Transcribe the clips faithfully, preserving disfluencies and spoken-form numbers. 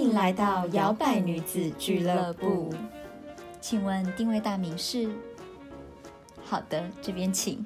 迎来到摇摆女子俱乐部。 请问定位大名是？好的，这边请。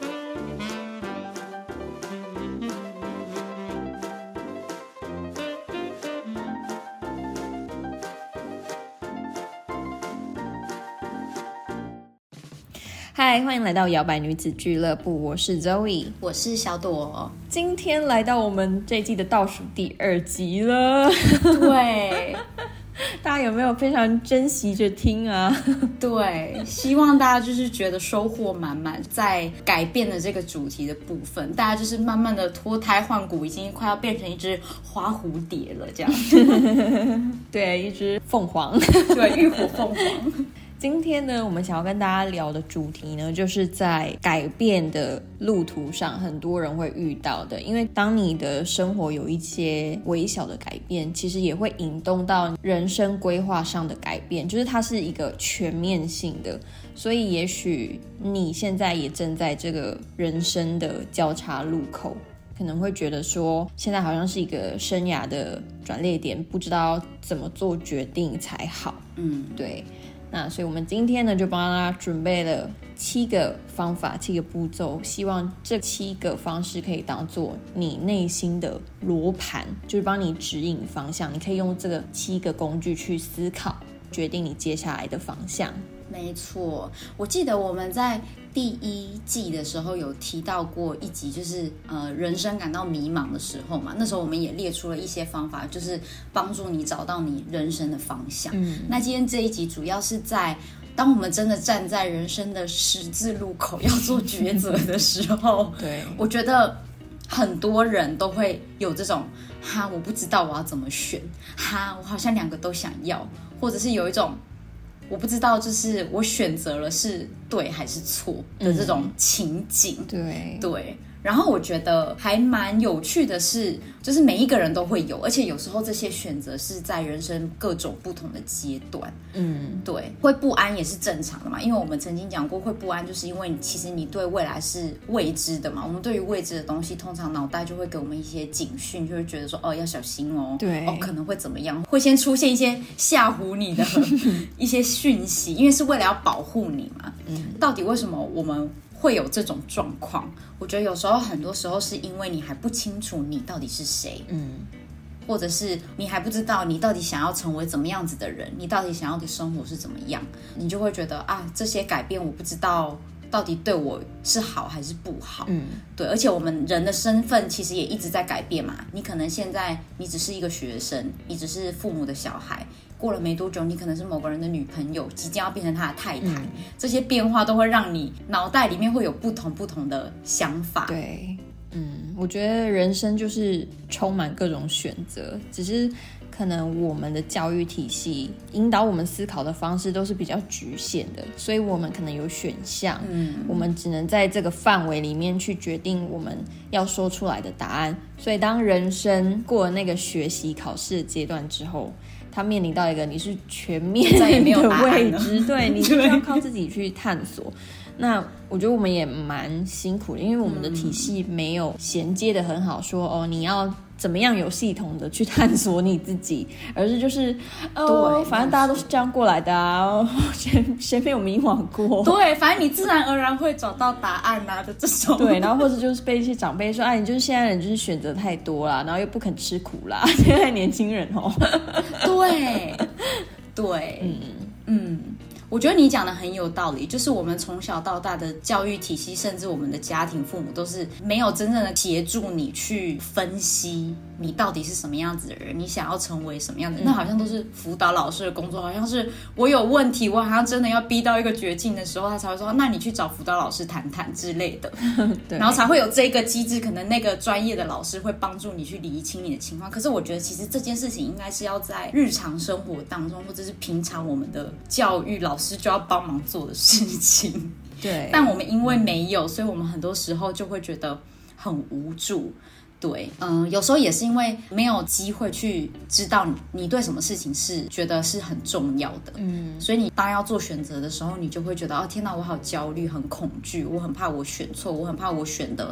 嗨，欢迎来到摇摆女子俱乐部，我是 Zoe， 我是小朵。 今天来到我们这一季的倒数第二集了。 对， 大家有没有非常珍惜着听啊？ 对，希望大家就是觉得收获满满，在改变的这个主题的部分，大家就是慢慢的脱胎换骨，已经快要变成一只花蝴蝶了，这样。 对，一只凤凰， 对，浴火凤凰。 今天呢，我们想要跟大家聊的主题呢，就是在改变的路途上，很多人会遇到的。因为当你的生活有一些微小的改变，其实也会引动到人生规划上的改变，就是它是一个全面性的。所以也许你现在也正在这个人生的交叉路口，可能会觉得说，现在好像是一个生涯的转捩点，不知道怎么做决定才好。嗯，对。那所以我们今天呢，就帮大家准备了七个方法，七个步骤，希望这七个方式可以当做你内心的罗盘，就是帮你指引方向。你可以用这个七个工具去思考，决定你接下来的方向。 没错，我记得我们在第一季的时候有提到过一集，就是呃人生感到迷茫的时候嘛，那时候我们也列出了一些方法，就是帮助你找到你人生的方向。嗯，那今天这一集主要是在当我们真的站在人生的十字路口要做抉择的时候， 对， 我觉得很多人都会有这种哈，我不知道我要怎么选，哈，我好像两个都想要，或者是有一种我不知道，就是我选择了是对还是错的这种情景。嗯、 对对，然后我觉得还蛮有趣的是，就是每一个人都会有，而且有时候这些选择是在人生各种不同的阶段。嗯，对，会不安也是正常的嘛，因为我们曾经讲过，会不安就是因为其实你对未来是未知的嘛。我们对于未知的东西，通常脑袋就会给我们一些警讯，就会觉得说哦要小心哦， 对， 哦可能会怎么样，会先出现一些吓唬你的一些讯息，因为是为了要保护你嘛。嗯，到底为什么我们会有这种状况？我觉得有时候很多时候是因为你还不清楚你到底是谁，嗯，或者是你还不知道你到底想要成为怎么样子的人，你到底想要的生活是怎么样，你就会觉得啊，这些改变我不知道到底对我是好还是不好。嗯，对，而且我们人的身份其实也一直在改变嘛。你可能现在你只是一个学生，你只是父母的小孩，过了没多久你可能是某个人的女朋友，即将要变成他的太太。嗯、这些变化都会让你脑袋里面会有不同不同的想法。 对，嗯，我觉得人生就是充满各种选择，只是可能我们的教育体系引导我们思考的方式都是比较局限的，所以我们可能有选项，嗯，我们只能在这个范围里面去决定我们要说出来的答案。所以当人生过了那个学习考试的阶段之后，他面临到一个你是全面的未知，对，你就要靠自己去探索。那我觉得我们也蛮辛苦的，因为我们的体系没有衔接的很好，说哦你要怎么样有系统的去探索你自己，而是就是哦，反正大家都是这样过来的啊，谁谁没有迷惘过？ 对，反正你自然而然会找到答案啊的这种。 对，然后或者就是被一些长辈说，哎，你就是现在人就是选择太多啦，然后又不肯吃苦啦，现在年轻人哦。 对，对，嗯嗯。我觉得你讲的很有道理，就是我们从小到大的教育体系，甚至我们的家庭父母都是没有真正的协助你去分析你到底是什么样子的人，你想要成为什么样的人，那好像都是辅导老师的工作，好像是我有问题，我好像真的要逼到一个绝境的时候，他才会说那你去找辅导老师谈谈之类的。然后才会有这个机制，可能那个专业的老师会帮助你去理清你的情况。可是我觉得其实这件事情应该是要在日常生活当中，或者是平常我们的教育老师就要帮忙做的事情。 对， 但我们因为没有，所以我们很多时候就会觉得很无助。对，嗯，有时候也是因为没有机会去知道你你对什么事情是觉得是很重要的，嗯，所以你当要做选择的时候，你就会觉得哦，天哪，我好焦虑，很恐惧，我很怕我选错，我很怕我选的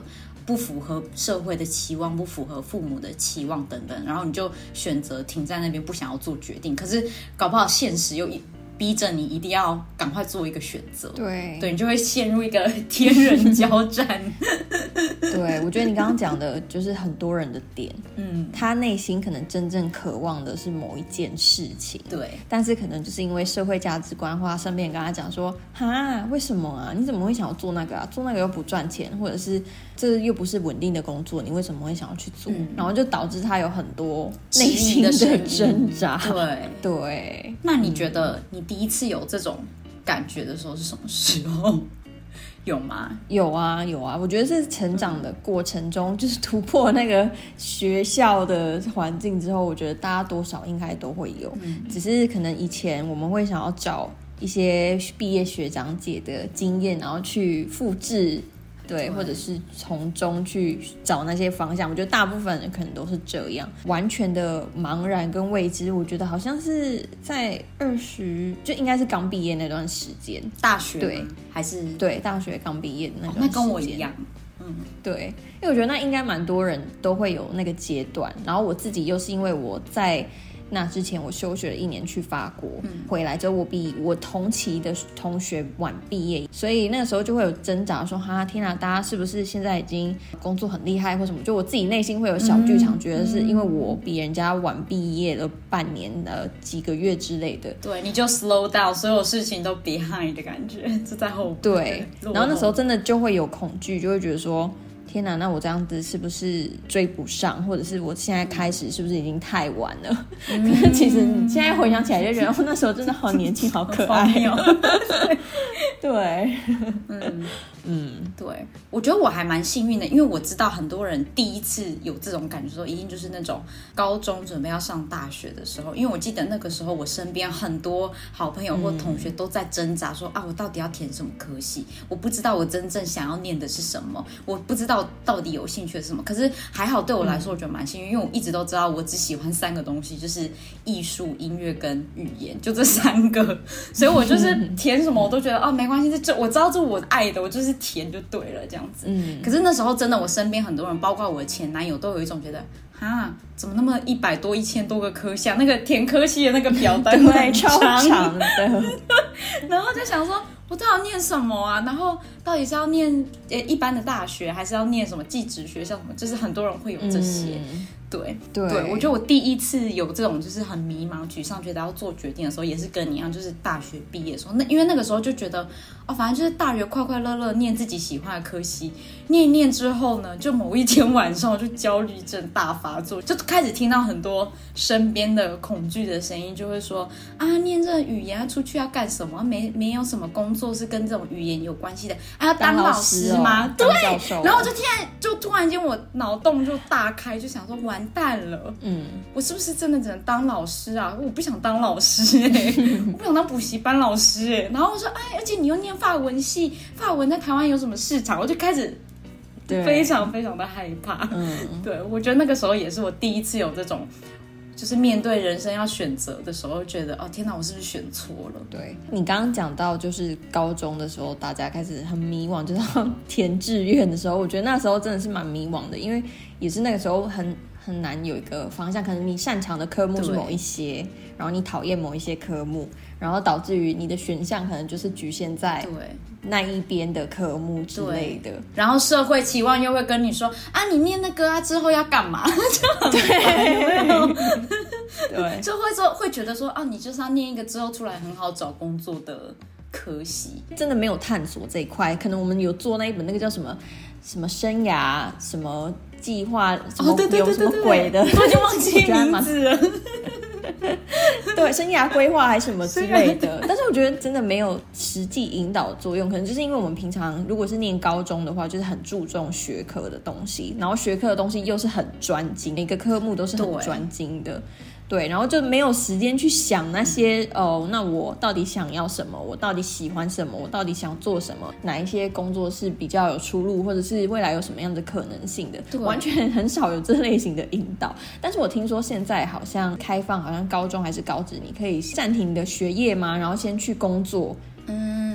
不符合社会的期望，不符合父母的期望等等，然后你就选择停在那边不想要做决定，可是搞不好现实又逼着你一定要赶快做一个选择， 对对，你就会陷入一个天人交战。 对，我觉得你刚刚讲的就是很多人的点，嗯，他内心可能真正渴望的是某一件事情， 对， 但是可能就是因为社会价值观或他身边人跟他讲说，哈，为什么啊？你怎么会想要做那个啊？做那个又不赚钱，或者是这又不是稳定的工作，你为什么会想要去做？嗯、然后就导致他有很多内心的挣扎。 对对， 那你觉得你第一次有这种感觉的时候是什么时候？有吗？ 有啊有啊，我觉得是成长的过程中，就是突破那个学校的环境之后，我觉得大家多少应该都会有、嗯、只是可能以前我们会想要找一些毕业学长姐的经验，然后去复制，对，或者是从中去找那些方向。我觉得大部分人可能都是这样，完全的茫然跟未知。我觉得好像是在二十，就应该是刚毕业那段时间， 大学对， 还是对大学刚毕业的那段时间、 哦、那跟我一样。 嗯，对，因为我觉得那应该蛮多人都会有那个阶段。然后我自己又是因为我在那之前我休学了一年去法国、嗯、回来之后我比我同期的同学晚毕业，所以那个时候就会有挣扎说，哈天啊，大家是不是现在已经工作很厉害或什么，就我自己内心会有小剧场、嗯、觉得是因为我比人家晚毕业了半年的几个月之类的， 对，你就 slow down， 所有事情都 behind 的感觉，就在后对，然后那时候真的就会有恐惧，就会觉得说天哪，那我这样子是不是追不上，或者是我现在开始是不是已经太晚了、嗯、可是其实你现在回想起来就觉得我那时候真的好年轻好可爱哦。对，嗯嗯，对，我觉得我还蛮幸运的，因为我知道很多人第一次有这种感觉的时候，一定就是那种高中准备要上大学的时候，因为我记得那个时候我身边很多好朋友或同学都在挣扎说、嗯、啊，我到底要填什么科系，我不知道我真正想要念的是什么，我不知道到底有兴趣的是什么。可是还好对我来说我觉得蛮幸运、嗯、因为我一直都知道我只喜欢三个东西，就是艺术、音乐跟语言，就这三个，所以我就是填什么我都觉得哦没关系，这我知道这我爱的，我就是填就对了这样子、嗯、可是那时候真的我身边很多人包括我的前男友都有一种觉得哈怎么那么一百多一千多个科项，那个填科系的那个表单对超长的然后就想说我到底要念什么啊，然后到底是要念一般的大学还是要念什么技职学校什么，就是很多人会有这些、嗯对 对, 对，我觉得我第一次有这种就是很迷茫沮丧觉得要做决定的时候也是跟你一样，就是大学毕业的时候，那因为那个时候就觉得哦，反正就是大学快快乐乐念自己喜欢的科系，念一念之后呢，就某一天晚上我就焦虑症大发作，就开始听到很多身边的恐惧的声音，就会说啊念这个语言出去要干什么，没没有什么工作是跟这种语言有关系的，啊要当老师吗？ 当老师哦、 对，然后我就突然就突然间我脑洞就大开，就想说完蛋了，嗯，我是不是真的只能当老师啊？我不想当老师哎、欸，我不想当补习班老师哎、欸。然后我说哎，而且你又念法文系，法文在台湾有什么市场？我就开始非常非常的害怕。嗯，对，我觉得那个时候也是我第一次有这种。就是面对人生要选择的时候觉得哦天哪我是不是选错了。 对，你刚刚讲到就是高中的时候大家开始很迷惘，就是要填志愿的时候，我觉得那时候真的是蛮迷惘的，因为也是那个时候很很难有一个方向，可能你擅长的科目是某一些，然后你讨厌某一些科目，然后导致于你的选项可能就是局限在那一边的科目之类的， 然后社会期望又会跟你说啊你念那个啊之后要干嘛就很对对， 就会说会觉得说啊你就是要念一个之后出来很好找工作的科系， 真的没有探索这一块。可能我们有做那一本那个叫什么什么生涯什么计划什么、哦、对对对对对有什么鬼的， 我就忘记名字了对，生涯规划还是什么之类的，但是我觉得真的没有实际引导作用，可能就是因为我们平常如果是念高中的话，就是很注重学科的东西，然后学科的东西又是很专精，每个科目都是很专精的，对，然后就没有时间去想那些哦，那我到底想要什么，我到底喜欢什么，我到底想做什么，哪一些工作是比较有出路，或者是未来有什么样的可能性的，完全很少有这类型的引导。但是我听说现在好像开放，好像高中还是高职你可以暂停你的学业吗，然后先去工作，嗯，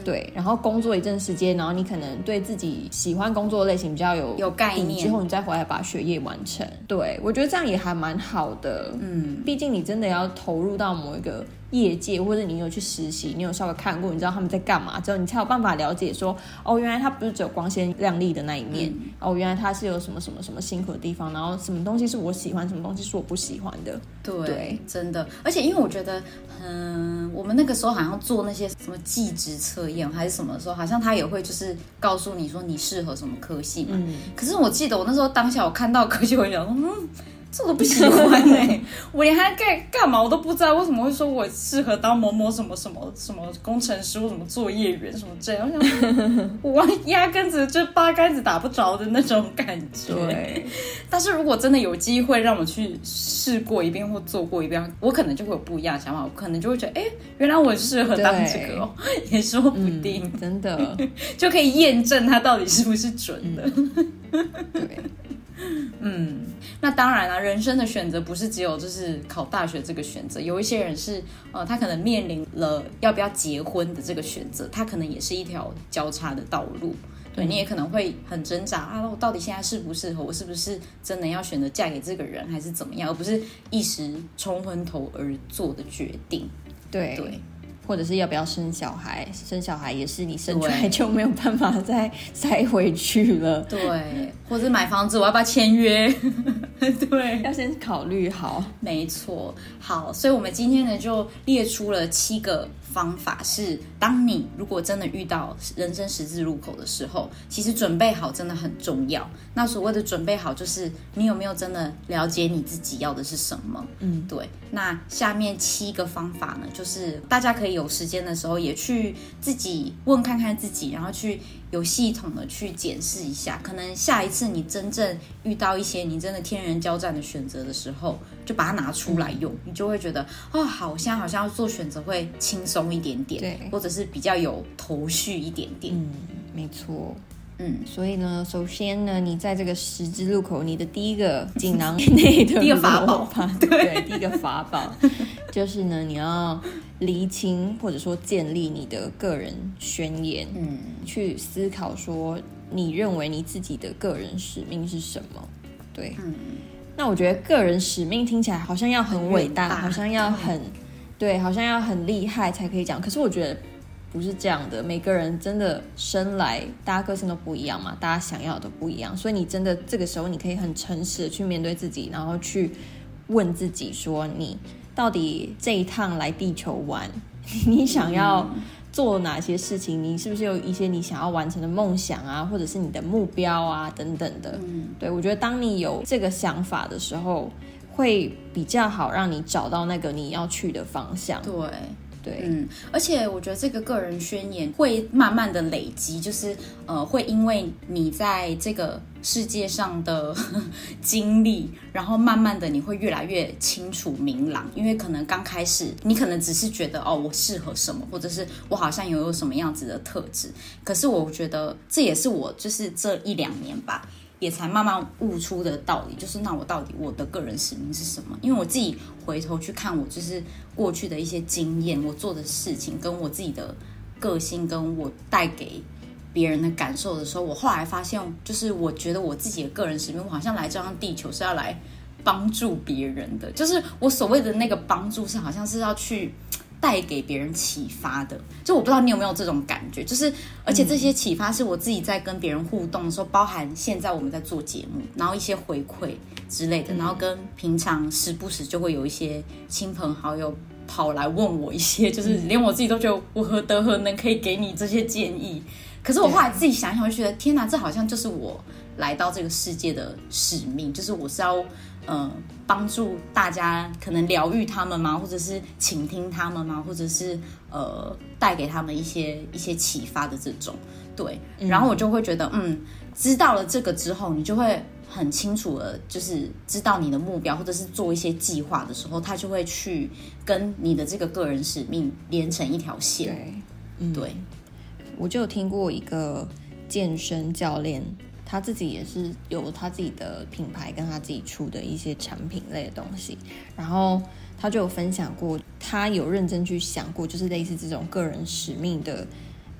对，然后工作一阵时间，然后你可能对自己喜欢工作的类型比较有有概念之后，你再回来把学业完成。对，我觉得这样也还蛮好的。嗯，毕竟你真的要投入到某一个业界，或者你有去实习，你有稍微看过，你知道他们在干嘛之后，你才有办法了解说，哦，原来他不是只有光鲜亮丽的那一面，嗯、哦，原来他是有什么什么什么辛苦的地方，然后什么东西是我喜欢，什么东西是我不喜欢的。 对， 对真的，而且因为我觉得，嗯，我们那个时候好像做那些什么技职测验还是什么的时候，好像他也会就是告诉你说你适合什么科系嘛。嗯、可是我记得我那时候当下我看到科系，我就想说，嗯。这我都不喜欢哎、欸，我连他干干嘛我都不知道，为什么会说我适合当某某什么什么什么工程师或什么作业员什么这样，我想我压根子就八竿子打不着的那种感觉。对，但是如果真的有机会让我去试过一遍或做过一遍，我可能就会有不一样的想法，我可能就会觉得，哎，原来我适合当这个哦，也说不定、 嗯，真的就可以验证它到底是不是准的。 嗯、对。 嗯，那当然啦，人生的选择不是只有就是考大学这个选择，有一些人是呃，他可能面临了要不要结婚的这个选择，他可能也是一条交叉的道路。对，你也可能会很挣扎啊，我到底现在适不适合？我是不是真的要选择嫁给这个人，还是怎么样？而不是一时冲昏头而做的决定。 对对。 或者是要不要生小孩，生小孩也是你生出来就没有办法再塞回去了。 对，或者买房子我要不要签约？对， 要先考虑好。 没错，好，所以我们今天呢就列出了七个方法，是当你如果真的遇到人生十字路口的时候，其实准备好真的很重要。那所谓的准备好，就是你有没有真的了解你自己要的是什么？嗯，对。那下面七个方法呢，就是大家可以有时间的时候也去自己问看看自己，然后去有系统的去检视一下，可能下一次你真正遇到一些你真的天人交战的选择的时候，就把它拿出来用，你就会觉得哦，好，我现在好像要做选择会轻松一点点，对，或者是比较有头绪一点点。 嗯，没错。嗯，所以呢，首先呢，你在这个十字路口，你的第一个锦囊内的第一个法宝， 对，对，第一个法宝就是呢，你要厘清或者说建立你的个人宣言，嗯，去思考说你认为你自己的个人使命是什么？对，嗯，那我觉得个人使命听起来好像要很伟大，好像要很对，好像要很厉害才可以讲，可是我觉得。不是这样的，每个人真的生来大家个性都不一样嘛，大家想要的都不一样，所以你真的这个时候你可以很诚实的去面对自己，然后去问自己说你到底这一趟来地球玩你想要做哪些事情，你是不是有一些你想要完成的梦想啊，或者是你的目标啊等等的、嗯、对，我觉得当你有这个想法的时候会比较好让你找到那个你要去的方向。 对对， 嗯，而且我觉得这个个人宣言会慢慢的累积，就是呃，会因为你在这个世界上的经历，然后慢慢的你会越来越清楚明朗。因为可能刚开始你可能只是觉得哦，我适合什么，或者是我好像拥有什么样子的特质。可是我觉得这也是我就是这一两年吧。也才慢慢悟出的道理，就是那我到底我的个人使命是什么？因为我自己回头去看我就是过去的一些经验，我做的事情跟我自己的个性跟我带给别人的感受的时候，我后来发现就是我觉得我自己的个人使命，我好像来这趟地球是要来帮助别人的，就是我所谓的那个帮助是好像是要去带给别人启发的，就我不知道你有没有这种感觉，就是而且这些启发是我自己在跟别人互动的时候，包含现在我们在做节目，然后一些回馈之类的，然后跟平常时不时就会有一些亲朋好友跑来问我一些，就是连我自己都觉得我何德何能可以给你这些建议，可是我后来自己想想，我就觉得天哪，这好像就是我来到这个世界的使命，就是我是要呃帮助大家，可能疗愈他们吗？或者是倾听他们吗？或者是呃带给他们一些一些启发的这种，对。然后我就会觉得，嗯，知道了这个之后，你就会很清楚的，就是知道你的目标，或者是做一些计划的时候，他就会去跟你的这个个人使命连成一条线。 对，嗯， 对。 我就有听过一个健身教练。他自己也是有他自己的品牌跟他自己出的一些产品类的东西，然后他就有分享过，他有认真去想过，就是类似这种个人使命的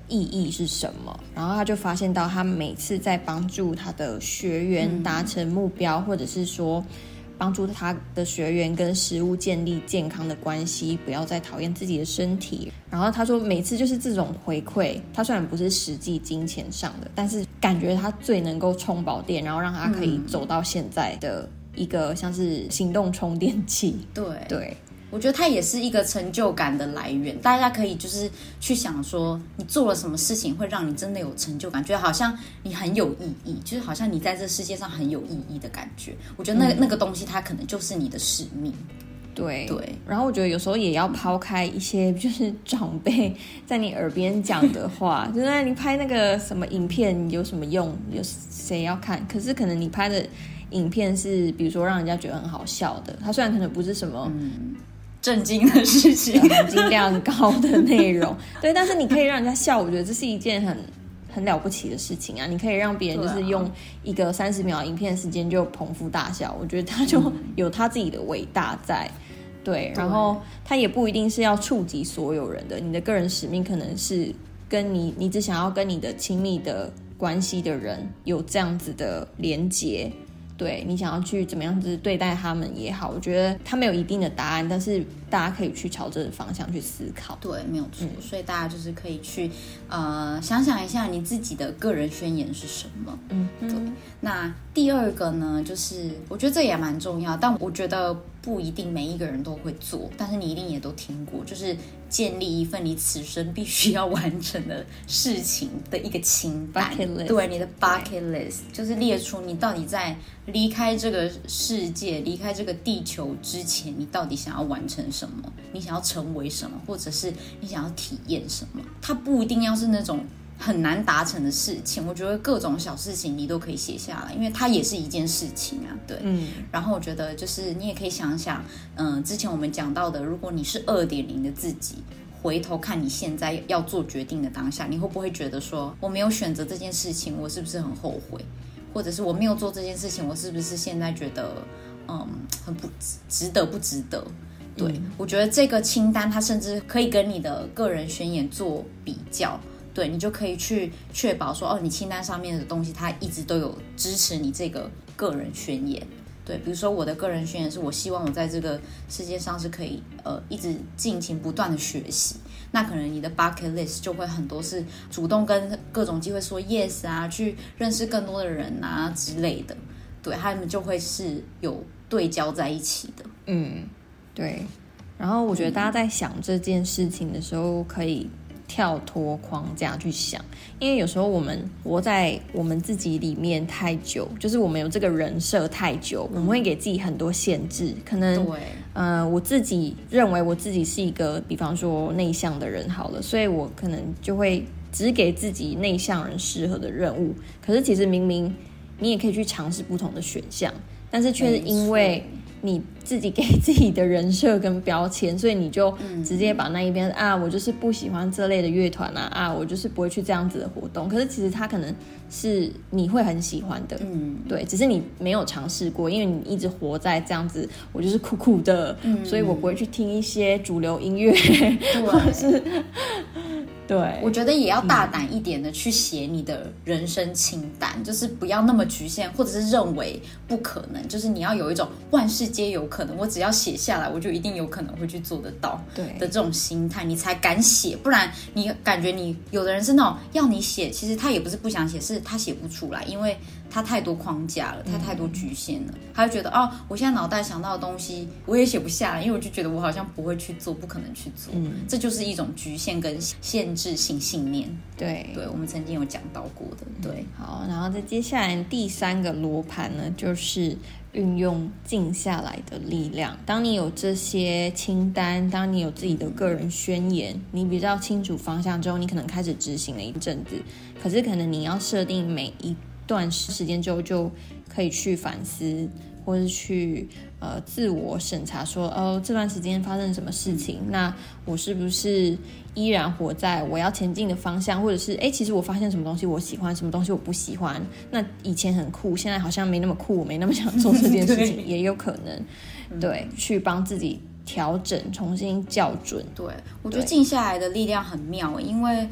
意义是什么，然后他就发现到他每次在帮助他的学员达成目标、嗯、或者是说帮助他的学员跟食物建立健康的关系，不要再讨厌自己的身体。然后他说每次就是这种回馈，他虽然不是实际金钱上的，但是感觉他最能够充饱电，然后让他可以走到现在的一个像是行动充电器。 对对， 我觉得它也是一个成就感的来源，大家可以就是去想说你做了什么事情会让你真的有成就感，觉得好像你很有意义，就是好像你在这世界上很有意义的感觉。我觉得那、嗯、那个东西它可能就是你的使命。 对对， 然后我觉得有时候也要抛开一些就是长辈在你耳边讲的话就是你拍那个什么影片有什么用，有谁要看？可是可能你拍的影片是比如说让人家觉得很好笑的，它虽然可能不是什么、嗯震惊的事情， 含金量高的内容对，但是你可以让人家笑，我觉得这是一件很很了不起的事情啊！你可以让别人就是用一个三十秒影片的时间就捧腹大笑，我觉得他就有他自己的伟大在。对，然后他也不一定是要触及所有人的，你的个人使命可能是跟你你只想要跟你的亲密的关系的人有这样子的连结。对，你想要去怎么样子对待他们也好，我觉得他没有一定的答案，但是大家可以去朝这个方向去思考。 对，没有错、嗯、所以大家就是可以去呃想想一下你自己的个人宣言是什么。嗯，对。那第二个呢，就是我觉得这也蛮重要，但我觉得不一定每一个人都会做，但是你一定也都听过，就是建立一份你此生必须要完成的事情的一个清单。对，你的 bucket list 就是列出你到底在离开这个世界、离开这个地球之前，你到底想要完成什么？你想要成为什么？或者是你想要体验什么？它不一定要是那种很难达成的事情，我觉得各种小事情你都可以写下来，因为它也是一件事情啊。对，嗯。然后我觉得就是你也可以想想，嗯，之前我们讲到的，如果你是 二点零 的自己，回头看你现在要做决定的当下，你会不会觉得说，我没有选择这件事情，我是不是很后悔？或者是我没有做这件事情，我是不是现在觉得，嗯，很不值得，不值得？对、嗯，我觉得这个清单它甚至可以跟你的个人宣言做比较。对，你就可以去确保说，哦，你清单上面的东西它一直都有支持你这个个人宣言。对，比如说我的个人宣言是我希望我在这个世界上是可以呃一直进行不断的学习，那可能你的 bucket list 就会很多是主动跟各种机会说 yes 啊，去认识更多的人啊之类的。对，他们就会是有对焦在一起的。 嗯，对。然后我觉得大家在想这件事情的时候，可以跳脱框架去想，因为有时候我们活在我们自己里面太久，就是我们有这个人设太久，我们会给自己很多限制。可能对，呃，我自己认为我自己是一个，比方说内向的人好了，所以我可能就会只给自己内向人适合的任务。可是其实明明你也可以去尝试不同的选项，但是却是因为你自己给自己的人设跟标签，所以你就直接把那一边、嗯、啊，我就是不喜欢这类的乐团啊，啊，我就是不会去这样子的活动。可是其实它可能是你会很喜欢的，嗯，对，只是你没有尝试过，因为你一直活在这样子，我就是酷酷的，嗯、所以我不会去听一些主流音乐，或者是。对， 我觉得也要大胆一点的去写你的人生清单、嗯、就是不要那么局限，或者是认为不可能，就是你要有一种万事皆有可能，我只要写下来我就一定有可能会去做得到的这种心态，你才敢写。不然你感觉你有的人是那种要你写，其实他也不是不想写，是他写不出来，因为他太多框架了，他太多局限了、嗯、他就觉得哦，我现在脑袋想到的东西我也写不下来，因为我就觉得我好像不会去做，不可能去做、嗯、这就是一种局限跟限制性信念。 对对，我们曾经有讲到过的。对、 嗯、好，然后再接下来第三个罗盘呢，就是运用静下来的力量。当你有这些清单，当你有自己的个人宣言，你比较清楚方向之后，你可能开始执行了一阵子，可是可能你要设定每一段时间之后就可以去反思，或是去呃自我审查说，哦，这段时间发生什么事情，那我是不是依然活在我要前进的方向，或者是哎，其实我发现什么东西我喜欢，什么东西我不喜欢，那以前很酷，现在好像没那么酷，我没那么想做这件事情也有可能。对，去帮自己调整，重新校准。 对，我觉得静下来的力量很妙，因为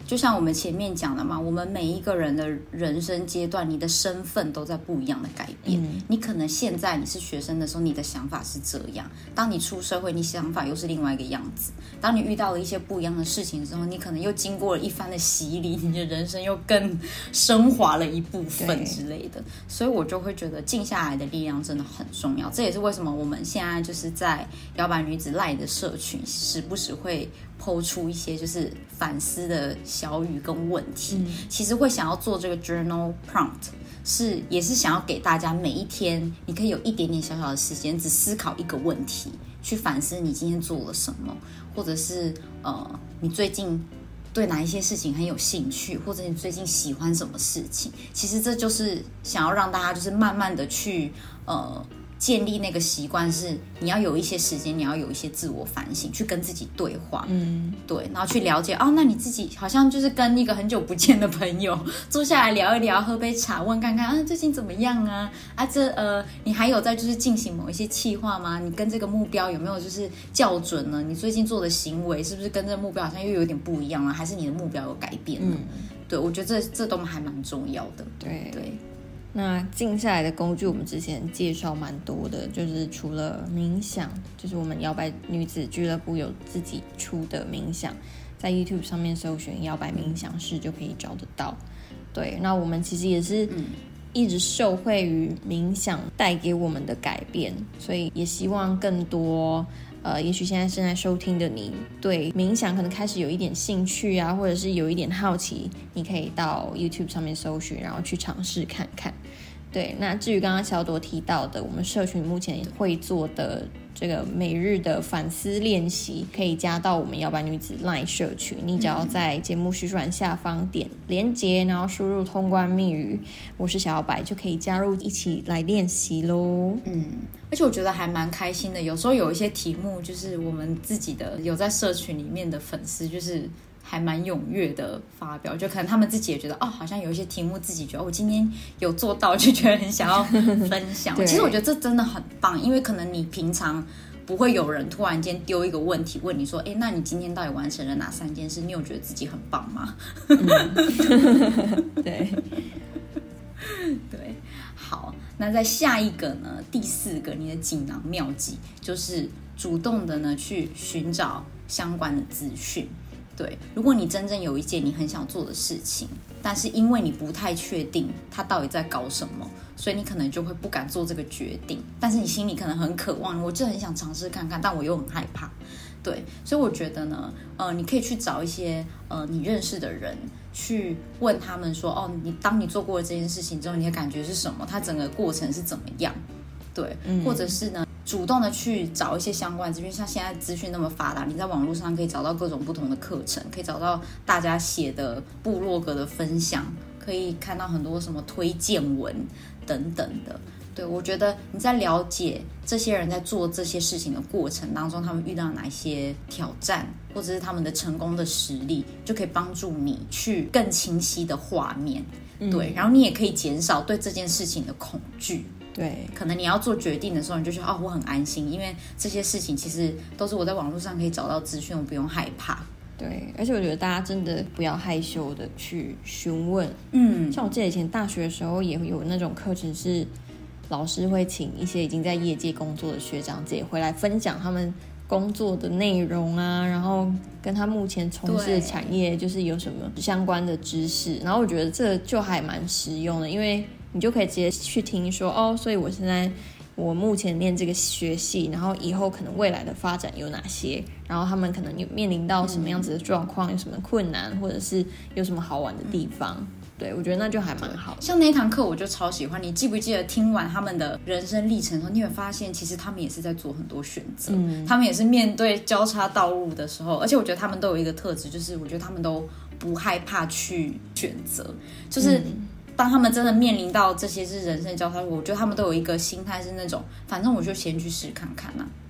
就像我们前面讲的嘛，我们每一个人的人生阶段，你的身份都在不一样的改变。嗯、你可能现在你是学生的时候，你的想法是这样；当你出社会，你想法又是另外一个样子。当你遇到了一些不一样的事情之后，你可能又经过了一番的洗礼，你的人生又更升华了一部分之类的。所以我就会觉得静下来的力量真的很重要。这也是为什么我们现在就是在摇摆女子赖的社群，时不时会抛出一些就是反思的小语跟问题。嗯、其实会想要做这个 journal prompt， 是也是想要给大家每一天，你可以有一点点小小的时间，只思考一个问题，去反思你今天做了什么，或者是呃，你最近对哪一些事情很有兴趣，或者你最近喜欢什么事情。其实这就是想要让大家就是慢慢的去呃。建立那个习惯，是你要有一些时间，你要有一些自我反省，去跟自己对话，嗯，对，然后去了解哦，那你自己好像就是跟一个很久不见的朋友坐下来聊一聊，喝杯茶，问看看啊最近怎么样啊啊这呃你还有在就是进行某一些企划吗？你跟这个目标有没有就是校准呢？你最近做的行为是不是跟这个目标好像又有点不一样了？还是你的目标有改变了？嗯、对，我觉得这这都还蛮重要的。 对对。 那静下来的工具我们之前介绍蛮多的，就是除了冥想，就是我们摇摆女子俱乐部有自己出的冥想，在 YouTube 上面搜寻摇摆冥想室就可以找得到。对，那我们其实也是一直受惠于冥想带给我们的改变，所以也希望更多呃，也许现在正在收听的你对冥想可能开始有一点兴趣啊，或者是有一点好奇，你可以到 YouTube 上面搜寻，然后去尝试看看。对，那至于刚刚小朵提到的，我们社群目前会做的这个每日的反思练习，可以加到我们摇摆女子 LINE 社群，你只要在节目叙述栏下方点连结，然后输入通关密语我是小摇摆，就可以加入一起来练习咯。 嗯，而且我觉得还蛮开心的，有时候有一些题目就是我们自己的有在社群里面的粉丝就是还蛮踊跃的发表，就可能他们自己也觉得哦，好像有一些题目自己觉得我、哦、今天有做到，就觉得很想要分享。其实我觉得这真的很棒，因为可能你平常不会有人突然间丢一个问题问你说，哎，那你今天到底完成了哪三件事？你有觉得自己很棒吗？嗯、 对对，好，那在下一个呢，第四个你的锦囊妙计就是主动的呢去寻找相关的资讯。对，如果你真正有一件你很想做的事情，但是因为你不太确定它到底在搞什么，所以你可能就会不敢做这个决定，但是你心里可能很渴望，我就很想尝试看看，但我又很害怕。对，所以我觉得呢，呃，你可以去找一些呃你认识的人，去问他们说，哦，你当你做过了这件事情之后，你的感觉是什么？它整个过程是怎么样？对，嗯、或者是呢，主动的去找一些相关资讯，像现在资讯那么发达，你在网络上可以找到各种不同的课程，可以找到大家写的部落格的分享，可以看到很多什么推荐文等等的。对，我觉得你在了解这些人在做这些事情的过程当中，他们遇到哪一些挑战，或者是他们的成功的实例，就可以帮助你去更清晰的画面。嗯、对，然后你也可以减少对这件事情的恐惧。 对， 可能你要做决定的时候，你就觉得哦，我很安心，因为这些事情其实都是我在网络上可以找到资讯，我不用害怕。 对，而且我觉得大家真的不要害羞的去询问。嗯，像我记得以前大学的时候也有那种课程是老师会请一些已经在业界工作的学长姐回来分享他们工作的内容啊，然后跟他目前从事的产业就是有什么相关的知识，然后我觉得这就还蛮实用的，因为你就可以直接去听说哦，所以我现在我目前念这个学系，然后以后可能未来的发展有哪些，然后他们可能有面临到什么样子的状况、嗯、有什么困难，或者是有什么好玩的地方、嗯、对，我觉得那就还蛮好的。 像那一堂课我就超喜欢，你记不记得听完他们的人生历程后，你会发现其实他们也是在做很多选择、嗯、他们也是面对交叉道路的时候，而且我觉得他们都有一个特质，就是我觉得他们都不害怕去选择，就是嗯当他们真的面临到这些是人生交叉，我觉得他们都有一个心态是那种，反正我就先去试看看啊。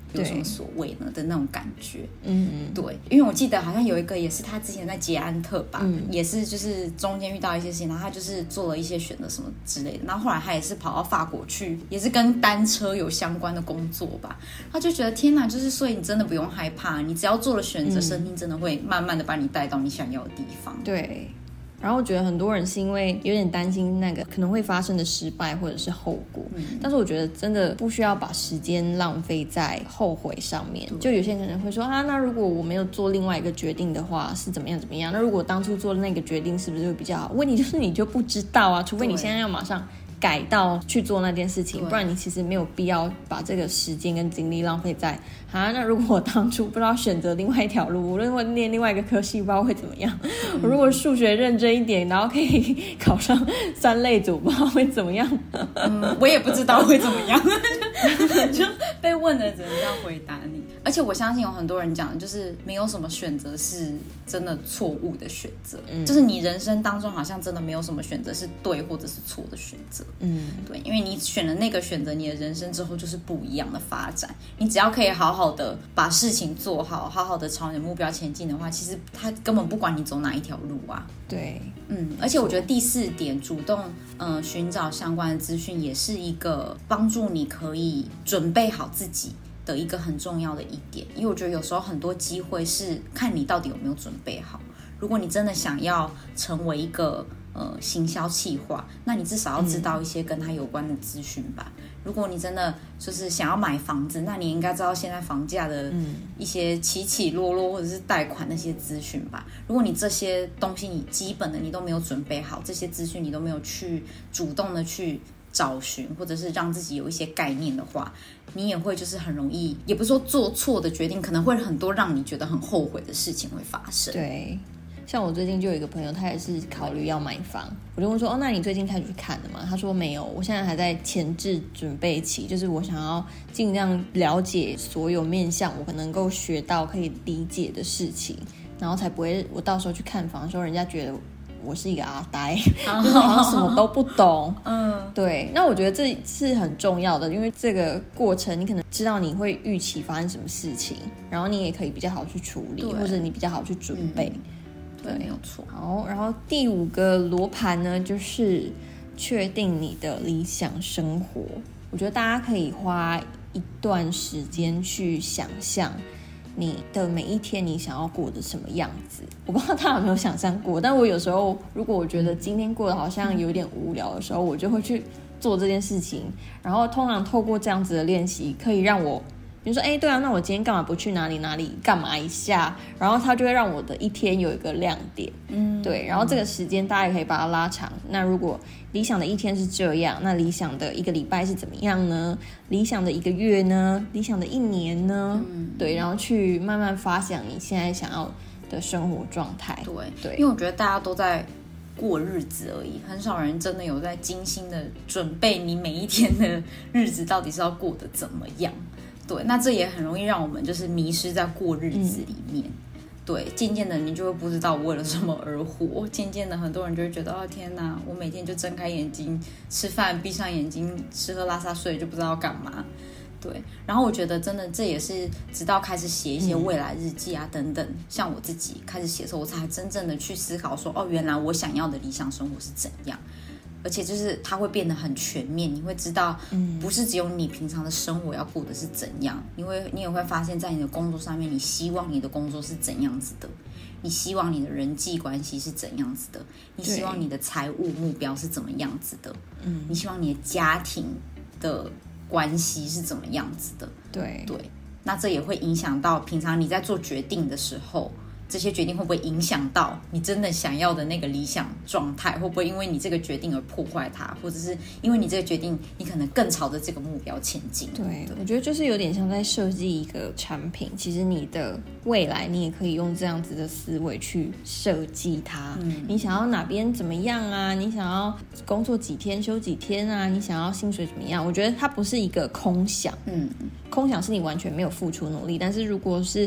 有什么所谓呢的那种感觉。 嗯嗯， 对，因为我记得好像有一个也是他之前在捷安特吧， 嗯、 也是就是中间遇到一些事情，然后他就是做了一些选择什么之类的，然后后来他也是跑到法国去，也是跟单车有相关的工作吧，他就觉得天哪，就是所以你真的不用害怕，你只要做了选择，嗯、生命真的会慢慢的把你带到你想要的地方。 对。然后我觉得很多人是因为有点担心那个可能会发生的失败或者是后果、嗯、但是我觉得真的不需要把时间浪费在后悔上面。就有些人可能会说啊，那如果我没有做另外一个决定的话是怎么样怎么样，那如果当初做的那个决定是不是会比较好？问题就是你就不知道啊，除非你现在要马上改到去做那件事情，不然你其实没有必要把这个时间跟精力浪费在啊，那如果我当初不知道选择另外一条路，我如果念另外一个科系不知道会怎么样、嗯、我如果数学认真一点然后可以考上三类组不知道会怎么样。 嗯，我也不知道会怎么样就被问了只能这样回答你。而且我相信有很多人讲就是没有什么选择是真的错误的选择、嗯、就是你人生当中好像真的没有什么选择是对或者是错的选择。嗯，对，因为你选了那个选择，你的人生之后就是不一样的发展。你只要可以好好的把事情做好，好好的朝你的目标前进的话，其实他根本不管你走哪一条路啊。 对， 嗯，而且我觉得第四点，主动嗯寻找相关的资讯，也是一个帮助你可以准备好自己的一个很重要的一点。因为我觉得有时候很多机会是看你到底有没有准备好。如果你真的想要成为一个呃，行销企划，那你至少要知道一些跟它有关的资讯吧、嗯、如果你真的就是想要买房子，那你应该知道现在房价的一些起起落落或者是贷款那些资讯吧。如果你这些东西你基本的你都没有准备好，这些资讯你都没有去主动的去找寻，或者是让自己有一些概念的话，你也会就是很容易，也不是说做错的决定，可能会很多让你觉得很后悔的事情会发生。 对，像我最近就有一个朋友，他也是考虑要买房，我就问说，哦，那你最近开始去看了吗？他说没有，我现在还在前置准备期，就是我想要尽量了解所有面向我能够学到可以理解的事情，然后才不会我到时候去看房的时候，人家觉得我是一个阿呆，就是好像什么都不懂。嗯，对。那我觉得这是很重要的，因为这个过程你可能知道你会预期发生什么事情，然后你也可以比较好去处理，或者你比较好去准备。嗯， 对，没有错。 好，然后第五个罗盘呢，就是确定你的理想生活。我觉得大家可以花一段时间去想象你的每一天你想要过的什么样子。我不知道大家有没有想象过，但我有时候如果我觉得今天过得好像有点无聊的时候，我就会去做这件事情，然后通常透过这样子的练习可以让我比如说哎，对啊，那我今天干嘛不去哪里哪里干嘛一下，然后它就会让我的一天有一个亮点。嗯，对，然后这个时间大家也可以把它拉长。那如果理想的一天是这样，那理想的一个礼拜是怎么样呢？理想的一个月呢？理想的一年呢？嗯，对，然后去慢慢发想你现在想要的生活状态。 对对，因为我觉得大家都在过日子而已，很少人真的有在精心的准备你每一天的日子到底是要过得怎么样。对，那这也很容易让我们就是迷失在过日子里面。嗯，对，渐渐的你就会不知道为了什么而活，渐渐的很多人就会觉得哦天哪，我每天就睁开眼睛吃饭，闭上眼睛吃喝拉撒睡，就不知道干嘛。对，然后我觉得真的这也是直到开始写一些未来日记啊、嗯、等等，像我自己开始写的时候，我才真正的去思考说，哦，原来我想要的理想生活是怎样。而且就是它会变得很全面，你会知道不是只有你平常的生活要过的是怎样，你会你也会发现在你的工作上面，你希望你的工作是怎样子的，你希望你的人际关系是怎样子的，你希望你的财务目标是怎么样子的，嗯，你希望你的家庭的关系是怎么样子的。 对对，那这也会影响到平常你在做决定的时候，这些决定会不会影响到你真的想要的那个理想状态？会不会因为你这个决定而破坏它，或者是因为你这个决定，你可能更朝着这个目标前进？ 对，对，我觉得就是有点像在设计一个产品，其实你的未来你也可以用这样子的思维去设计它。嗯，你想要哪边怎么样啊？你想要工作几天休几天啊？你想要薪水怎么样？我觉得它不是一个空想。嗯，空想是你完全没有付出努力，但是如果是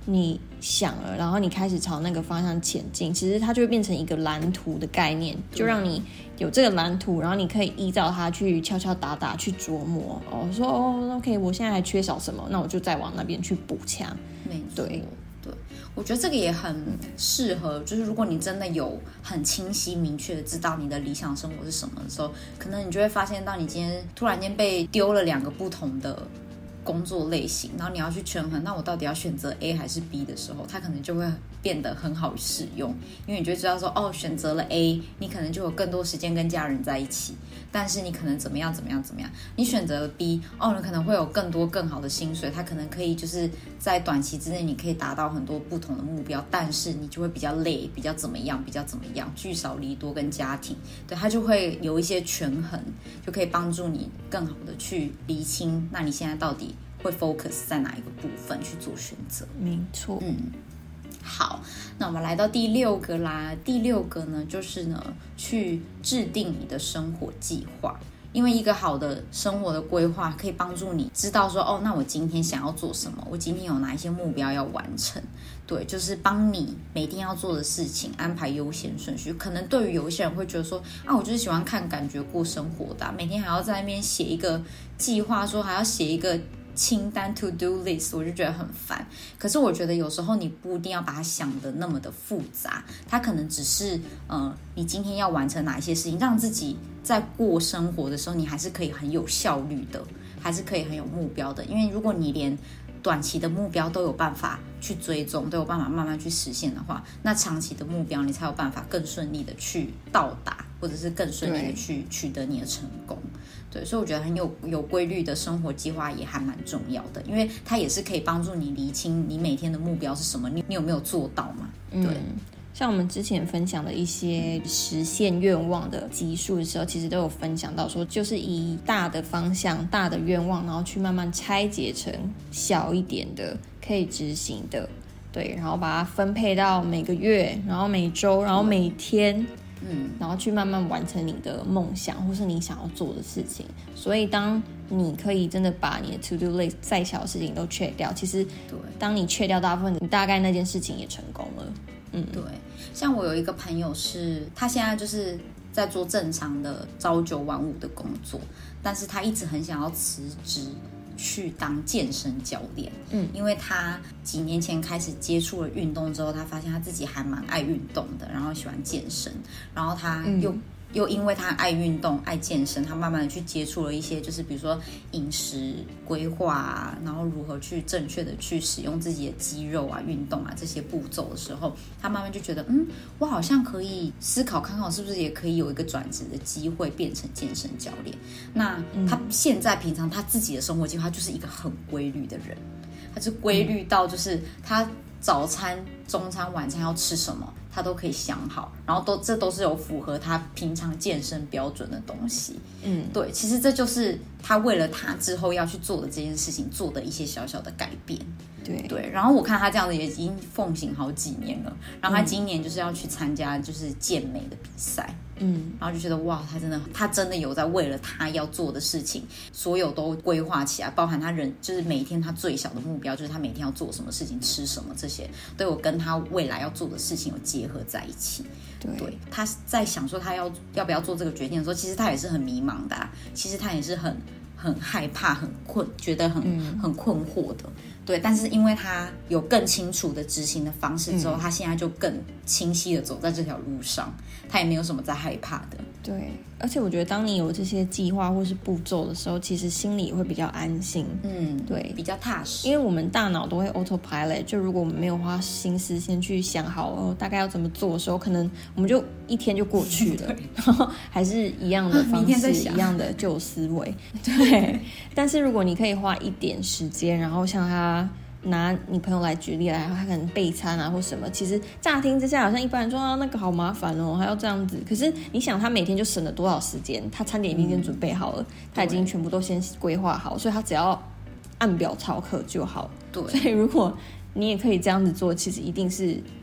你想了，然后你开始朝那个方向前进，其实它就会变成一个蓝图的概念，就让你有这个蓝图，然后你可以依照它去敲敲打打去琢磨。哦，说哦 ，OK， 我现在还缺少什么，那我就再往那边去补强。 没错， 对对，我觉得这个也很适合，就是如果你真的有很清晰明确的知道你的理想生活是什么的时候，可能你就会发现到你今天突然间被丢了两个不同的工作类型，然后你要去权衡，那我到底要选择 A 还是 B 的时候，它可能就会变得很好使用，因为你就知道说，哦，选择了 A， 你可能就有更多时间跟家人在一起，但是你可能怎么样怎么样怎么样，你选择了 B， 哦，你可能会有更多更好的薪水，它可能可以就是在短期之内你可以达到很多不同的目标，但是你就会比较累，比较怎么样，比较怎么样，聚少离多跟家庭，对，它就会有一些权衡，就可以帮助你更好的去厘清，那你现在到底会 focus 在哪一个部分去做选择。 没错。 嗯，好，那我们来到第六个啦。第六个呢，就是呢，去制定你的生活计划。因为一个好的生活的规划可以帮助你知道说，哦，那我今天想要做什么，我今天有哪一些目标要完成。对，就是帮你每天要做的事情安排优先顺序。可能对于有一些人会觉得说，啊，我就是喜欢看感觉过生活的啊，每天还要在那边写一个计划，说还要写一个清单 to do list， 我就觉得很烦。可是我觉得有时候你不一定要把它想得那么的复杂，它可能只是呃，你今天要完成哪一些事情，让自己在过生活的时候，你还是可以很有效率的，还是可以很有目标的。因为如果你连短期的目标都有办法去追踪，都有办法慢慢去实现的话，那长期的目标你才有办法更顺利的去到达，或者是更顺利的去取得你的成功。对，所以我觉得很有有规律的生活计划也还蛮重要的，因为它也是可以帮助你厘清你每天的目标是什么，你你有没有做到嘛？对。 嗯，像我们之前分享的一些实现愿望的集数的时候，其实都有分享到说，就是以大的方向、大的愿望，然后去慢慢拆解成小一点的可以执行的，对，然后把它分配到每个月，然后每周，然后每天。嗯，然后去慢慢完成你的梦想或是你想要做的事情。所以当你可以真的把你的 to do list 再小的事情都确掉，其实当你确掉大部分，你大概那件事情也成功了。嗯， 对。像我有一个朋友是，他现在就是在做正常的朝九晚五的工作，但是他一直很想要辞职去当健身教练。嗯，因为他几年前开始接触了运动之后，他发现他自己还蛮爱运动的，然后喜欢健身，然后他又、嗯又因为他爱运动爱健身，他慢慢的去接触了一些就是比如说饮食规划啊，然后如何去正确的去使用自己的肌肉啊运动啊这些步骤的时候，他慢慢就觉得嗯我好像可以思考看看我是不是也可以有一个转职的机会变成健身教练。那他现在平常他自己的生活计划就是一个很规律的人，他是规律到就是他早餐中餐晚餐要吃什么他都可以想好，然后都这都是有符合他平常健身标准的东西。嗯，对，其实这就是他为了他之后要去做的这件事情做的一些小小的改变。 对对，然后我看他这样子也已经奉行好几年了，然后他今年就是要去参加就是健美的比赛。嗯，然后就觉得哇，他真的他真的有在为了他要做的事情，所有都规划起来，包含他人就是每天他最小的目标，就是他每天要做什么事情、吃什么，这些都有跟他未来要做的事情有结合在一起。对，对，他在想说他要要不要做这个决定的时候，其实他也是很迷茫的、啊，其实他也是很很害怕、很困，觉得很、嗯、很困惑的。对，但是因为他有更清楚的执行的方式之后、嗯、他现在就更清晰的走在这条路上，他也没有什么在害怕的。 对，而且我觉得当你有这些计划或是步骤的时候，其实心里也会比较安心。嗯，对， 比较踏实。 因为我们大脑都会 autopilot， 就如果我们没有花心思先去想好哦大概要怎么做的时候，可能我们就一天就过去了，然后还是一样的方式，一样的旧思维。对，但是如果你可以花一点时间，然后像他拿你朋友来举例来，他可能备餐啊或什么，其实乍听之下好像一般人说啊那个好麻烦哦，还要这样子。可是你想他每天就省了多少时间，他餐点已经准备好了、嗯、他已经全部都先规划好，所以他只要按表操课就好。对，所以如果你也可以这样子做，其实一定是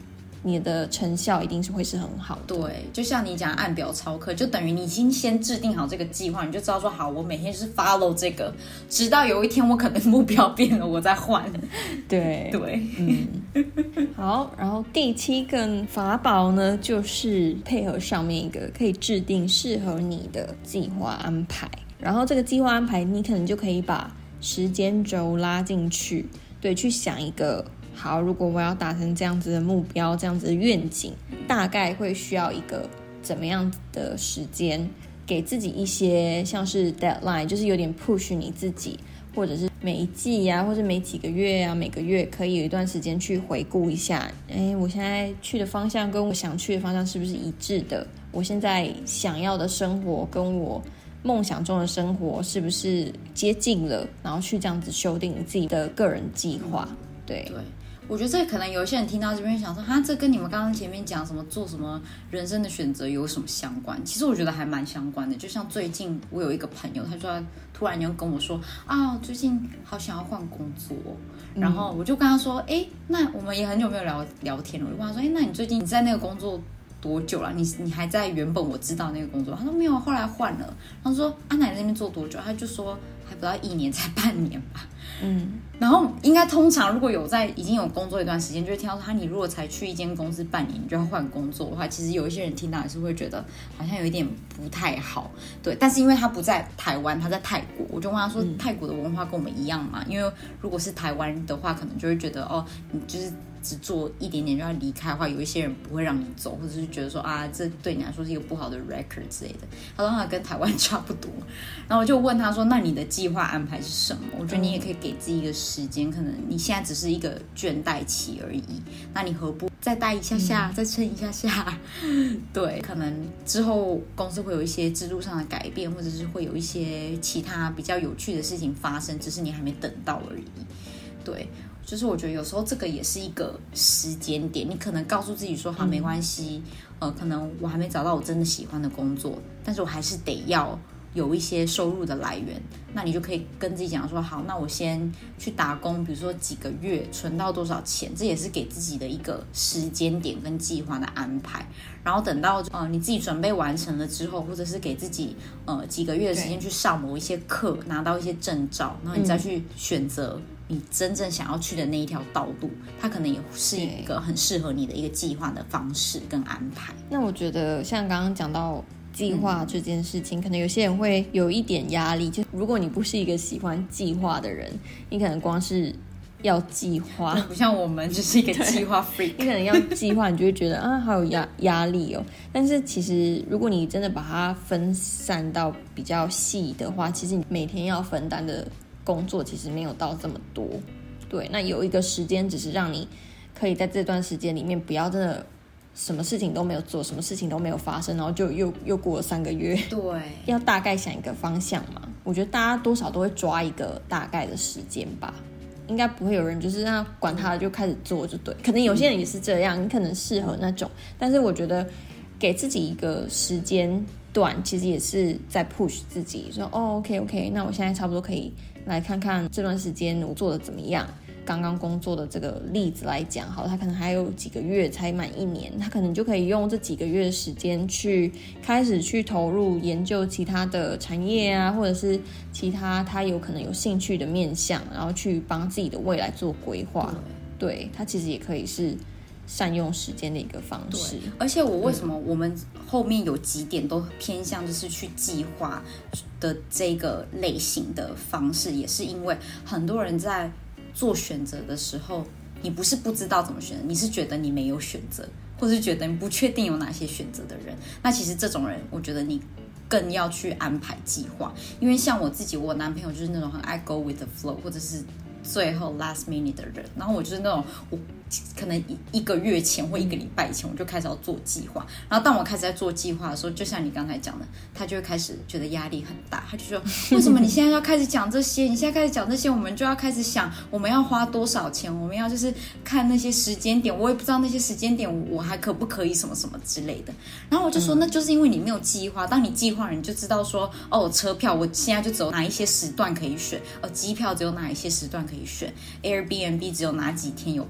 你的成效一定是会是很好的。 对，就像你讲按表操课，就等于你已经先制定好这个计划，你就知道说好，我每天就是 follow 这个，直到有一天我可能目标变了，我再换。 对对， 嗯，好，然后第七个法宝呢，就是配合上面一个，可以制定适合你的计划安排。然后这个计划安排，你可能就可以把时间轴拉进去，对，去想一个好，如果我要达成这样子的目标，这样子的愿景，大概会需要一个怎么样的时间，给自己一些像是 deadline， 就是有点 push 你自己，或者是每一季啊，或者每几个月啊，每个月可以有一段时间去回顾一下，哎，我现在去的方向跟我想去的方向是不是一致的？我现在想要的生活跟我梦想中的生活是不是接近了？然后去这样子修订你自己的个人计划。对对，我觉得这可能有一些人听到这边想说，哈，这跟你们刚刚前面讲什么做什么人生的选择有什么相关？其实我觉得还蛮相关的。就像最近我有一个朋友，他说他突然就跟我说啊，最近好想要换工作，然后我就跟他说，哎，那我们也很久没有聊聊天了，我就问他说，哎，那你最近你在那个工作多久了？你你还在原本我知道那个工作？他说没有，后来换了。然后说啊，那你在那边做多久？他就说还不到一年，才半年吧。嗯，然后应该通常如果有在已经有工作一段时间，就会听到说，他你如果才去一间公司半年，你就要换工作的话，其实有一些人听到也是会觉得好像有一点不太好。对，但是因为他不在台湾，他在泰国，我就问他说，嗯、泰国的文化跟我们一样嘛？因为如果是台湾的话，可能就会觉得哦，你就是只做一点点就要离开的话，有一些人不会让你走，或者是觉得说啊，这对你来说是一个不好的 record 之类的。他说他跟台湾差不多，然后我就问他说，那你的计划安排是什么？我觉得你也可以给自己一个时间，可能你现在只是一个倦怠期而已，那你何不再待一下下，嗯、再撑一下下？对，可能之后公司会有一些制度上的改变，或者是会有一些其他比较有趣的事情发生，只是你还没等到而已。对。就是我觉得有时候这个也是一个时间点，你可能告诉自己说好没关系，呃，可能我还没找到我真的喜欢的工作，但是我还是得要有一些收入的来源，那你就可以跟自己讲说好，那我先去打工，比如说几个月存到多少钱，这也是给自己的一个时间点跟计划的安排。然后等到呃你自己准备完成了之后，或者是给自己呃几个月的时间去上某一些课，拿到一些证照，然后你再去选择你真正想要去的那一条道路，它可能也是一个很适合你的一个计划的方式跟安排。 那我觉得像刚刚讲到计划这件事情，嗯、可能有些人会有一点压力，就如果你不是一个喜欢计划的人，你可能光是要计划， 不像我们就是一个计划 freak， 你可能要计划，你就会觉得啊，好有压压力哦。但是其实如果你真的把它分散到比较细的话，其实你每天要分担的工作其实没有到这么多。对，那有一个时间只是让你可以在这段时间里面不要真的什么事情都没有做，什么事情都没有发生，然后就又又过了三个月。 对， 要大概想一个方向嘛。我觉得大家多少都会抓一个大概的时间吧，应该不会有人就是让管他就开始做就对。可能有些人也是这样，你可能适合那种，但是我觉得给自己一个时间段，其实也是在 push 自己，说哦 OK OK， 那我现在差不多可以来看看这段时间我做的怎么样。刚刚工作的这个例子来讲，好，他可能还有几个月才满一年，他可能就可以用这几个月的时间去开始去投入研究其他的产业啊，或者是其他他有可能有兴趣的面向，然后去帮自己的未来做规划。对，他其实也可以是善用时间的一个方式。 而且我为什么我们后面有几点都偏向就是去计划的这个类型的方式，也是因为很多人在做选择的时候，你不是不知道怎么选择，你是觉得你没有选择，或是觉得你不确定有哪些选择的人。那其实这种人，我觉得你更要去安排计划。因为像我自己，我男朋友就是那种很爱 go with the flow， 或者是最后 last minute 的人。然后我就是那种我可能一个月前或一个礼拜前我就开始要做计划，然后当我开始在做计划的时候，就像你刚才讲的，他就会开始觉得压力很大，他就说为什么你现在要开始讲这些，你现在开始讲这些，我们就要开始想我们要花多少钱，我们要就是看那些时间点，我也不知道那些时间点我还可不可以什么什么之类的。然后我就说、嗯、那就是因为你没有计划，当你计划了，你就知道说哦，车票我现在就只有哪一些时段可以选，哦，机票只有哪一些时段可以选， Airbnb 只有哪几天有办法订，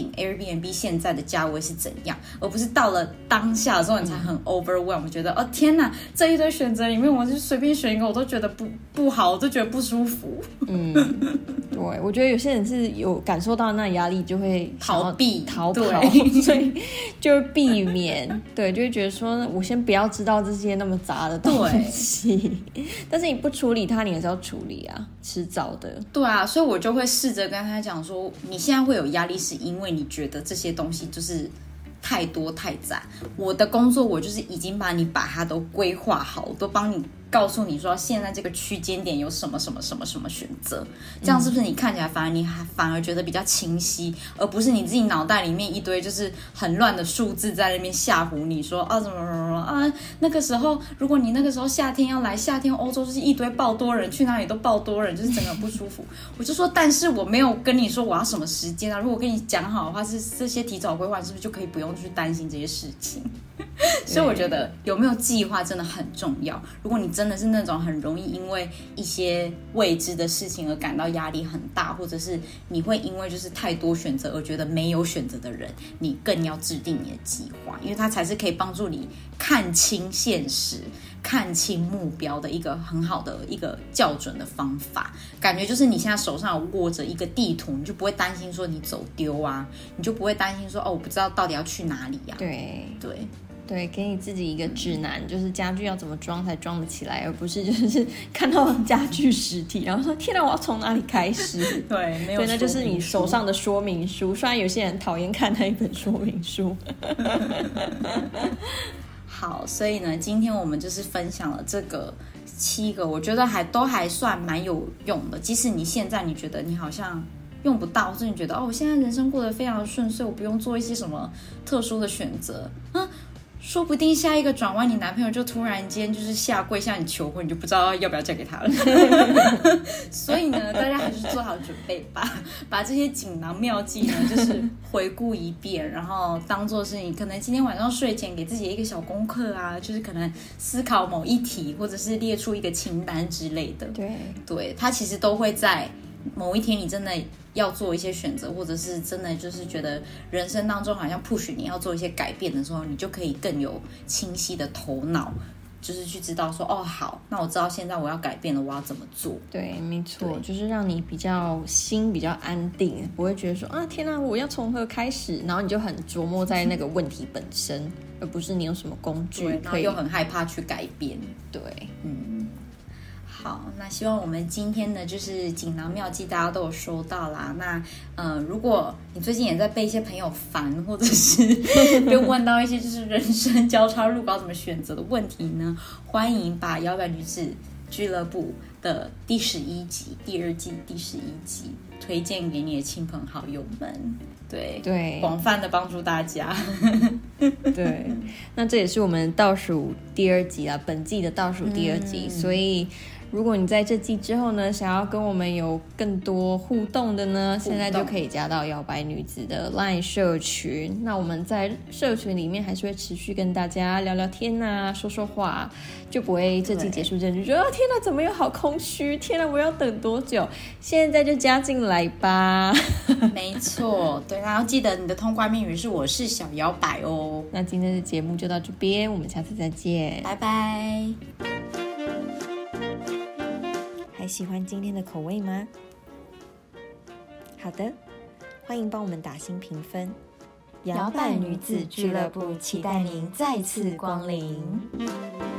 定 Airbnb 现在的价位是怎样，而不是到了当下的时候你才很 overwhelm，、嗯、觉得哦天哪，这一堆选择里面我就随便选一个我都觉得不不好，我都觉得不舒服。 嗯，对，我觉得有些人是有感受到那压力就会逃避逃跑，所以就是避免，对，就会觉得说我先不要知道这些那么杂的东西，但是你不处理它，你还是要处理啊，迟早的。 对啊，所以我就会试着跟他讲说，你现在会有压力是因为你觉得这些东西就是太多太杂，我的工作我就是已经把你把它都规划好，我都帮你告诉你说现在这个区间点有什么什么什么什么选择，这样是不是你看起来反而你反而觉得比较清晰，而不是你自己脑袋里面一堆就是很乱的数字在那边吓唬你说啊怎么怎么啊那个时候如果你那个时候夏天要来，夏天欧洲就是一堆爆多人，去哪里都爆多人，就是整个不舒服。我就说但是我没有跟你说我要什么时间啊，如果我跟你讲好的话是这些提早规划，是不是就可以不用去担心这些事情？所以我觉得有没有计划真的很重要。如果你真的是那种很容易因为一些未知的事情而感到压力很大，或者是你会因为就是太多选择而觉得没有选择的人，你更要制定你的计划，因为它才是可以帮助你看清现实、看清目标的一个很好的一个校准的方法。感觉就是你现在手上有握着一个地图，你就不会担心说你走丢啊，你就不会担心说哦我不知道到底要去哪里啊。 对对对，给你自己一个指南，就是家具要怎么装才装得起来，而不是就是看到家具实体然后说天哪我要从哪里开始。 对，没有对，那就是你手上的说明书，虽然有些人讨厌看那一本说明书。 好，所以呢今天我们就是分享了这个七个，我觉得还都还算蛮有用的，即使你现在你觉得你好像用不到，或者你觉得哦我现在人生过得非常顺遂，我不用做一些什么特殊的选择啊，说不定下一个转弯你男朋友就突然间就是下跪向你求婚，你就不知道要不要嫁给他了。所以呢大家还是做好准备吧，把这些锦囊妙计呢就是回顾一遍，然后当作是你可能今天晚上睡前给自己一个小功课啊，就是可能思考某一题，或者是列出一个清单之类的。 对对，它其实都会在某一天你真的要做一些选择，或者是真的就是觉得人生当中好像 push 你要做一些改变的时候，你就可以更有清晰的头脑，就是去知道说哦好，那我知道现在我要改变了，我要怎么做。 对，没错，就是让你比较心比较安定，不会觉得说啊天哪我要从何开始，然后你就很琢磨在那个问题本身，而不是你有什么工具可以， 然后又很害怕去改变。 对， 嗯，好，那希望我们今天的就是锦囊妙计大家都有收到啦。那呃，如果你最近也在被一些朋友烦，或者是被问到一些就是人生交叉路该怎么选择的问题呢，欢迎把摇摆女子俱乐部的第十一集第二季第十一集推荐给你的亲朋好友们，对对， 广泛的帮助大家。 对，那这也是我们倒数第二集啦，本季的倒数第二集、嗯、所以如果你在这季之后呢想要跟我们有更多互动的呢，现在就可以加到摇摆女子的 LINE 社群。那我们在社群里面还是会持续跟大家聊聊天啊，说说话，就不会这季结束之后就觉得、哦、天哪怎么又好空虚，天哪我要等多久，现在就加进来吧。 没错，对，然后记得你的通关密语是我是小摇摆哦。 那今天的节目就到这边，我们下次再见， 拜拜。 还喜欢今天的口味吗？好的，欢迎帮我们打星评分。 摇摆女子俱乐部期待您再次光临。